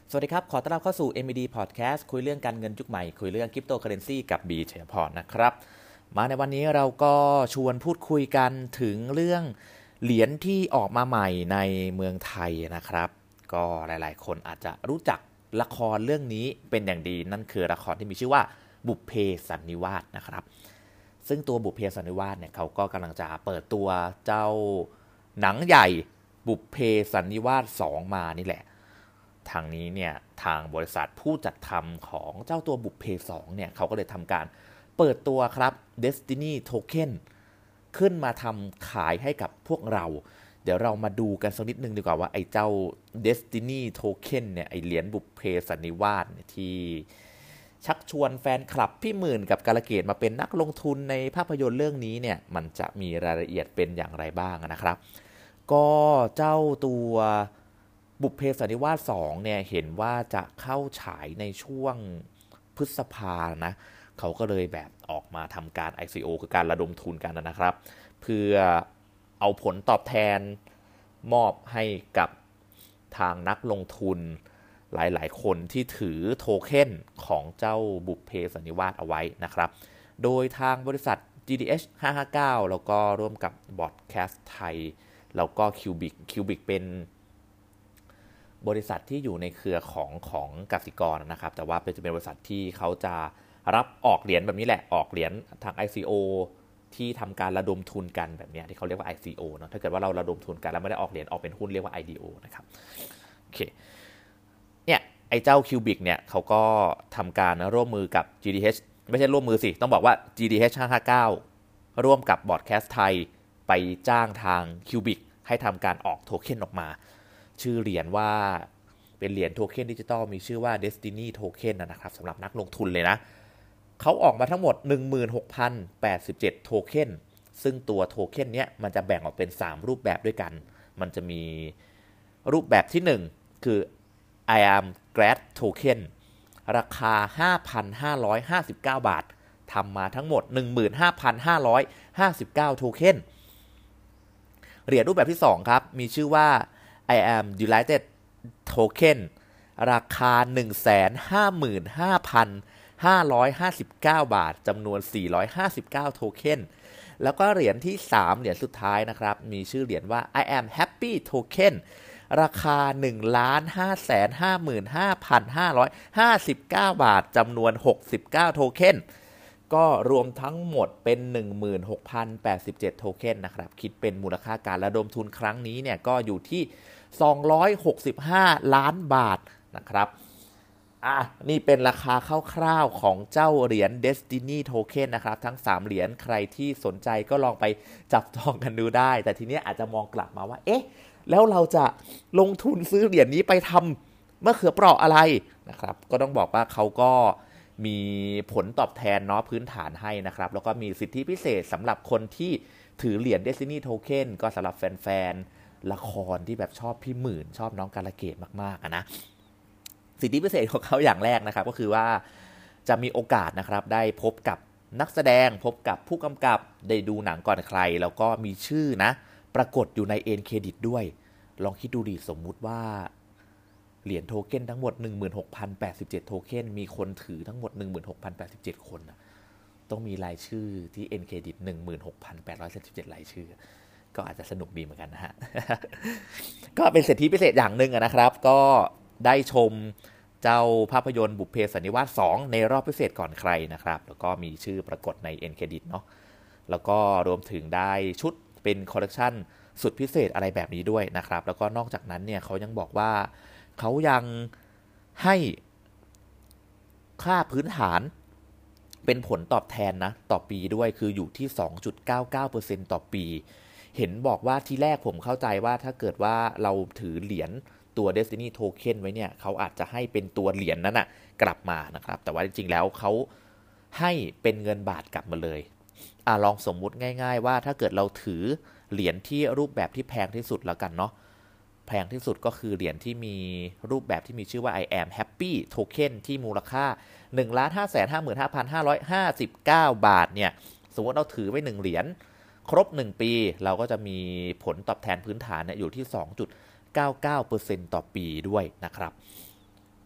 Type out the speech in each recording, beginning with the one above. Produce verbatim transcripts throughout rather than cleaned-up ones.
สวัสดีครับขอต้อนรับเข้าสู่ เอ็ม อี ดี Podcast คุยเรื่องการเงินยุคใหม่คุยเรื่องคริปโตเคอเรนซีกับบีชัยพรนะครับมาในวันนี้เราก็ชวนพูดคุยกันถึงเรื่องเหรียญที่ออกมาใหม่ในเมืองไทยนะครับก็หลายๆคนอาจจะรู้จักละครเรื่องนี้เป็นอย่างดีนั่นคือละครที่มีชื่อว่าบุพเพสันนิวาสนะครับซึ่งตัวบุพเพสันนิวาสเนี่ยเขาก็กำลังจะเปิดตัวเจ้าหนังใหญ่บุพเพสันนิวาสสองมานี่แหละทางนี้เนี่ยทางบริษัทผู้จัดทำของเจ้าตัวบุพเพสองเนี่ยเขาก็เลยทำการเปิดตัวครับ Destiny Token ขึ้นมาทำขายให้กับพวกเราเดี๋ยวเรามาดูกันสักนิดนึงดีกว่าว่าไอ้เจ้า Destiny Token เนี่ยไอ้เหรียญบุพเพสันนิวาสเนี่ยที่ชักชวนแฟนคลับพี่หมื่นกับกาลเกตมาเป็นนักลงทุนในภาพยนตร์เรื่องนี้เนี่ยมันจะมีรายละเอียดเป็นอย่างไรบ้างนะครับก็เจ้าตัวบุพเพสันนิวาสสองเนี่ยเห็นว่าจะเข้าฉายในช่วงพฤษภานะเขาก็เลยแบบออกมาทำการ ไอ ซี โอ คือการระดมทุนกันนะครับเพื่อเอาผลตอบแทนมอบให้กับทางนักลงทุนหลายๆคนที่ถือโทเค็นของเจ้าบุพเพสันนิวาสเอาไว้นะครับโดยทางบริษัท จี ดี เอช ห้าห้าเก้าแล้วก็ร่วมกับบอดแคสต์ไทยแล้วก็ Cubic Cubic เป็นบริษัทที่อยู่ในเครือของของกสิกรนะครับแต่ว่าเป็นจะเป็นบริษัทที่เขาจะรับออกเหรียญแบบนี้แหละออกเหรียญทาง ไอ ซี โอ ที่ทำการระดมทุนกันแบบนี้ที่เขาเรียกว่า ไอ ซี โอ เนาะถ้าเกิดว่าเราระดมทุนกันแล้วไม่ได้ออกเหรียญออกเป็นหุ้นเรียกว่า ไอ ดี โอ นะครับโอเคเนี่ยไอ้เจ้า Cubic เนี่ยเขาก็ทำการร่วมมือกับ จี ดี เอช ไม่ใช่ร่วมมือสิต้องบอกว่า จี ดี เอช ห้าห้าเก้าร่วมกับบอดแคสต์ไทยไปจ้างทาง Cubic ให้ทำการออกโทเค็นออกมาชื่อเหรียญว่าเป็นเหรียญโทเค็นดิจิตอลมีชื่อว่า Destiny Token นะครับสำหรับนักลงทุนเลยนะเขาออกมาทั้งหมด หนึ่งหมื่นหกพันแปดสิบเจ็ด โทเค็นซึ่งตัวโทเค็นเนี้ยมันจะแบ่งออกเป็นสามรูปแบบด้วยกันมันจะมีรูปแบบที่หนึ่งคือ I am Glad Token ราคา ห้าพันห้าร้อยห้าสิบเก้า บาททำมาทั้งหมด หนึ่งหมื่นห้าพันห้าร้อยห้าสิบเก้า โทเค็นเหรียญรูปแบบที่สองครับมีชื่อว่า I am Delighted Token ราคา หนึ่งแสนห้าหมื่นห้าพันห้าร้อยห้าสิบเก้า บาทจำนวนสี่ร้อยห้าสิบเก้าโทเค็นแล้วก็เหรียญที่สามเหรียญสุดท้ายนะครับมีชื่อเหรียญว่า I am Happy Token ราคา หนึ่งล้านห้าแสนห้าหมื่นห้าพันห้าร้อยห้าสิบเก้า บาทจำนวนหกสิบเก้าโทเค็นก็รวมทั้งหมดเป็น หนึ่งหมื่นหกพันแปดสิบเจ็ด โทเค็นนะครับคิดเป็นมูลค่าการระดมทุนครั้งนี้เนี่ยก็อยู่ที่สองร้อยหกสิบห้าล้านบาทนะครับอ่ะนี่เป็นราคาคร่าวๆของเจ้าเหรียญ Destiny Token นะครับทั้งสามเหรียญใครที่สนใจก็ลองไปจับจองกันดูได้แต่ทีนี้อาจจะมองกลับมาว่าเอ๊ะแล้วเราจะลงทุนซื้อเหรียญนี้ไปทำมะเขือเปราะอะไรนะครับก็ต้องบอกว่าเขาก็มีผลตอบแทนเนาะพื้นฐานให้นะครับแล้วก็มีสิทธิพิเศษสำหรับคนที่ถือเหรียญ Destiny Token ก็สำหรับแฟนๆละครที่แบบชอบพี่หมื่นชอบน้องกาลเกตมากๆนะสิทธิพิเศษของเขาอย่างแรกนะครับก็คือว่าจะมีโอกาสนะครับได้พบกับนักแสดงพบกับผู้กำกับได้ดูหนังก่อนใครแล้วก็มีชื่อนะปรากฏอยู่ในเอ็นเครดิตด้วยลองคิดดูดิสมมุติว่าเหรียญโทเค็นทั้งหมด หนึ่งหมื่นหกพันแปดสิบเจ็ด โทเค็นมีคนถือทั้งหมด หนึ่งหมื่นหกพันแปดสิบเจ็ด คนนะต้องมีรายชื่อที่เอ็นเครดิต หนึ่งหมื่นหกพันแปดร้อยสามสิบเจ็ด รายชื่อก็อาจจะสนุกดีเหมือนกันนะฮะ ก็เป็นสิทธิพิเศษอย่างหนึ่งนะครับก็ได้ชมเจ้าภาพยนตร์บุพเพสันนิวาสสองในรอบพิเศษก่อนใครนะครับแล้วก็มีชื่อปรากฏในเอ็นเครดิตเนาะแล้วก็รวมถึงได้ชุดเป็นคอลเลกชันสุดพิเศษอะไรแบบนี้ด้วยนะครับแล้วก็นอกจากนั้นเนี่ยเขายังบอกว่าเขายังให้ค่าพื้นฐานเป็นผลตอบแทนนะต่อปีด้วยคืออยู่ที่ สองจุดเก้าเก้าเปอร์เซ็นต์ ต่อปีเห็นบอกว่าที่แรกผมเข้าใจว่าถ้าเกิดว่าเราถือเหรียญตัว Destiny Token ไว้เนี่ยเขาอาจจะให้เป็นตัวเหรียญนั้นนะกลับมานะครับแต่ว่าจริงๆแล้วเขาให้เป็นเงินบาทกลับมาเลยอ่ะลองสมมุติง่ายๆว่าถ้าเกิดเราถือเหรียญที่รูปแบบที่แพงที่สุดแล้วกันเนาะแพงที่สุดก็คือเหรียญที่มีรูปแบบที่มีชื่อว่า I am Happy Token ที่มูลค่า หนึ่งล้านห้าแสนห้าหมื่นห้าพันห้าร้อยห้าสิบเก้า บาทเนี่ยสมมติเราถือไว้หนึ่งเหรียญครบหนึ่งปีเราก็จะมีผลตอบแทนพื้นฐานเนี่ยอยู่ที่ สองจุดเก้าเก้าเปอร์เซ็นต์ ต่อปีด้วยนะครับ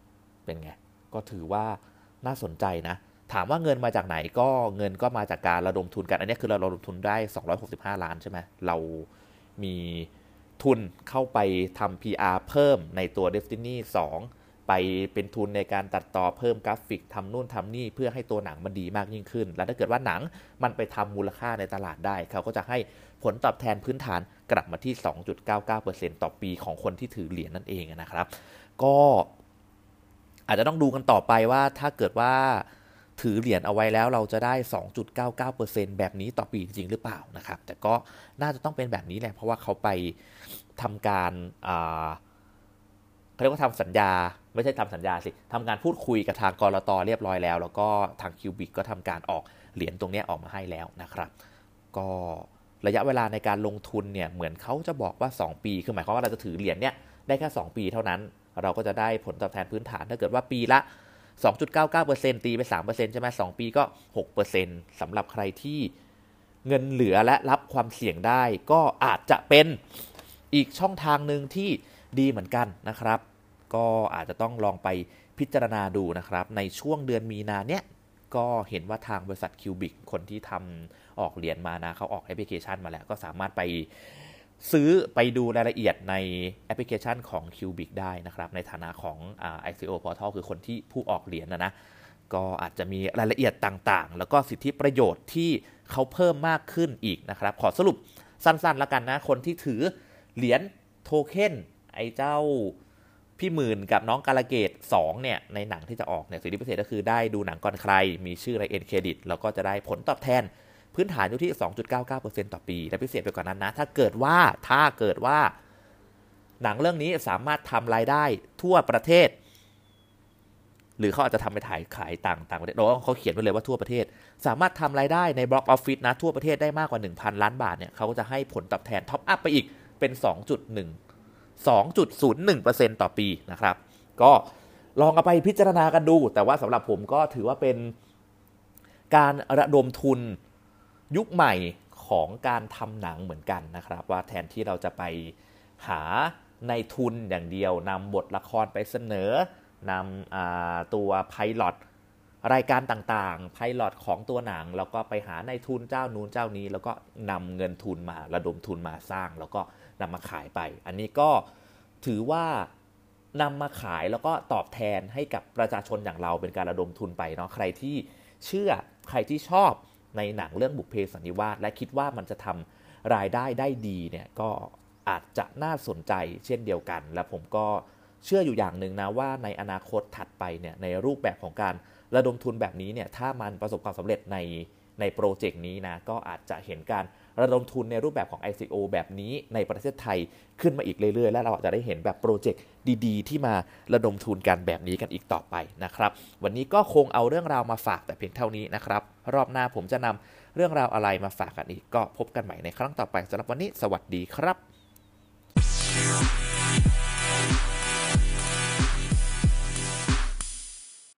เป็นไงก็ถือว่าน่าสนใจนะถามว่าเงินมาจากไหนก็เงินก็มาจากการระดมทุนกันอันนี้คือเราระดมทุนได้สองร้อยหกสิบห้าล้านใช่ไหมเรามีทุนเข้าไปทำ พี อาร์ เพิ่มในตัว Destiny สองไปเป็นทุนในการตัดต่อเพิ่มกราฟิกทำนู่นทำนี่เพื่อให้ตัวหนังมันดีมากยิ่งขึ้นแล้วถ้าเกิดว่าหนังมันไปทำมูลค่าในตลาดได้เขาก็จะให้ผลตอบแทนพื้นฐานกลับมาที่ สองจุดเก้าเก้าเปอร์เซ็นต์ ต่อปีของคนที่ถือเหรียญนั่นเองนะครับก็อาจจะต้องดูกันต่อไปว่าถ้าเกิดว่าถือเหรียญเอาไว้แล้วเราจะได้ สองจุดเก้าเก้าเปอร์เซ็นต์ แบบนี้ต่อปีจริงหรือเปล่านะครับแต่ก็น่าจะต้องเป็นแบบนี้แหละเพราะว่าเขาไปทำการอ่าเขาเรียกว่าทำสัญญาไม่ใช่ทำสัญญาสิทำการพูดคุยกับทางกลต.เรียบร้อยแล้วแล้วก็ทางคิวบิกก็ทำการออกเหรียญตรงนี้ออกมาให้แล้วนะครับก็ระยะเวลาในการลงทุนเนี่ยเหมือนเขาจะบอกว่าสองปีคือหมายความว่าเราจะถือเหรียญเนี่ยได้แค่สองปีเท่านั้นเราก็จะได้ผลตอบแทนพื้นฐานถ้าเกิดว่าปีละ สองจุดเก้าเก้าเปอร์เซ็นต์ ตีไป สามเปอร์เซ็นต์ ใช่ไหมสองปีก็ หกเปอร์เซ็นต์ สำหรับใครที่เงินเหลือและรับความเสี่ยงได้ก็อาจจะเป็นอีกช่องทางนึงที่ดีเหมือนกันนะครับก็อาจจะต้องลองไปพิจารณาดูนะครับในช่วงเดือนมีนาเนี้ยก็เห็นว่าทางบริษัทคิวบิกคนที่ทำออกเหรียญมานะเขาออกแอปพลิเคชันมาแล้วก็สามารถไปซื้อไปดูรายละเอียดในแอปพลิเคชันของ Cubic ได้นะครับในฐานะของอ่า ไอ ซี โอ Portal คือคนที่ผู้ออกเหรียญนะนะก็อาจจะมีรายละเอียดต่างๆแล้วก็สิทธิประโยชน์ที่เขาเพิ่มมากขึ้นอีกนะครับขอสรุปสั้นๆแล้วกันนะคนที่ถือเหรียญโทเค็นไอ้เจ้าพี่หมื่นกับน้องกาลเกตสองเนี่ยในหนังที่จะออกเนี่ยสิทธิพิเศษก็คือได้ดูหนังก่อนใครมีชื่อในเอ็นเครดิตแล้วก็จะได้ผลตอบแทนพื้นฐานอยู่ที่ สองจุดเก้าเก้าเปอร์เซ็นต์ ต่อปีและพิเศษไปกว่านั้นนะถ้าเกิดว่าถ้าเกิดว่าหนังเรื่องนี้สามารถทำรายได้ทั่วประเทศหรือเขาอาจจะทำไปถ่ายขายต่างต่างประเทศเราเขาเขียนไว้เลยว่าทั่วประเทศสามารถทำรายได้ในบล็อกออฟฟิศนะทั่วประเทศได้มากกว่า หนึ่งพัน ล้านบาทเนี่ยเขาก็จะให้ผลตอบแทนท็อปอัพไปอีกเป็น สองจุดหนึ่ง สองจุดศูนย์หนึ่งเปอร์เซ็นต์ ต่อปีนะครับก็ลองเอาไปพิจารณากันดูแต่ว่าสำหรับผมก็ถือว่าเป็นการระดมทุนยุคใหม่ของการทำหนังเหมือนกันนะครับว่าแทนที่เราจะไปหาในทุนอย่างเดียวนำบทละครไปเสนอนำตัวไพลอตรายการต่างๆไพลอตของตัวหนังแล้วก็ไปหาในทุนเจ้านู้นเจ้านี้แล้วก็นำเงินทุนมาระดมทุนมาสร้างแล้วก็นำมาขายไปอันนี้ก็ถือว่านำมาขายแล้วก็ตอบแทนให้กับประชาชนอย่างเราเป็นการระดมทุนไปเนาะใครที่เชื่อใครที่ชอบในหนังเรื่องบุพเพสันนิวาสและคิดว่ามันจะทำรายได้ได้ดีเนี่ยก็อาจจะน่าสนใจเช่นเดียวกันและผมก็เชื่ออยู่อย่างหนึ่งนะว่าในอนาคตถัดไปเนี่ยในรูปแบบของการระดมทุนแบบนี้เนี่ยถ้ามันประสบความสำเร็จในในโปรเจกต์นี้นะก็อาจจะเห็นการระดมทุนในรูปแบบของ ไอ ซี โอ แบบนี้ในประเทศไทยขึ้นมาอีกเรื่อยๆและเราอาจจะได้เห็นแบบโปรเจกต์ดีๆที่มาระดมทุนกันแบบนี้กันอีกต่อไปนะครับวันนี้ก็คงเอาเรื่องราวมาฝากแต่เพียงเท่านี้นะครับรอบหน้าผมจะนำเรื่องราวอะไรมาฝากกันอีกก็พบกันใหม่ในครั้งต่อไปสำหรับวันนี้สวัสดีครับ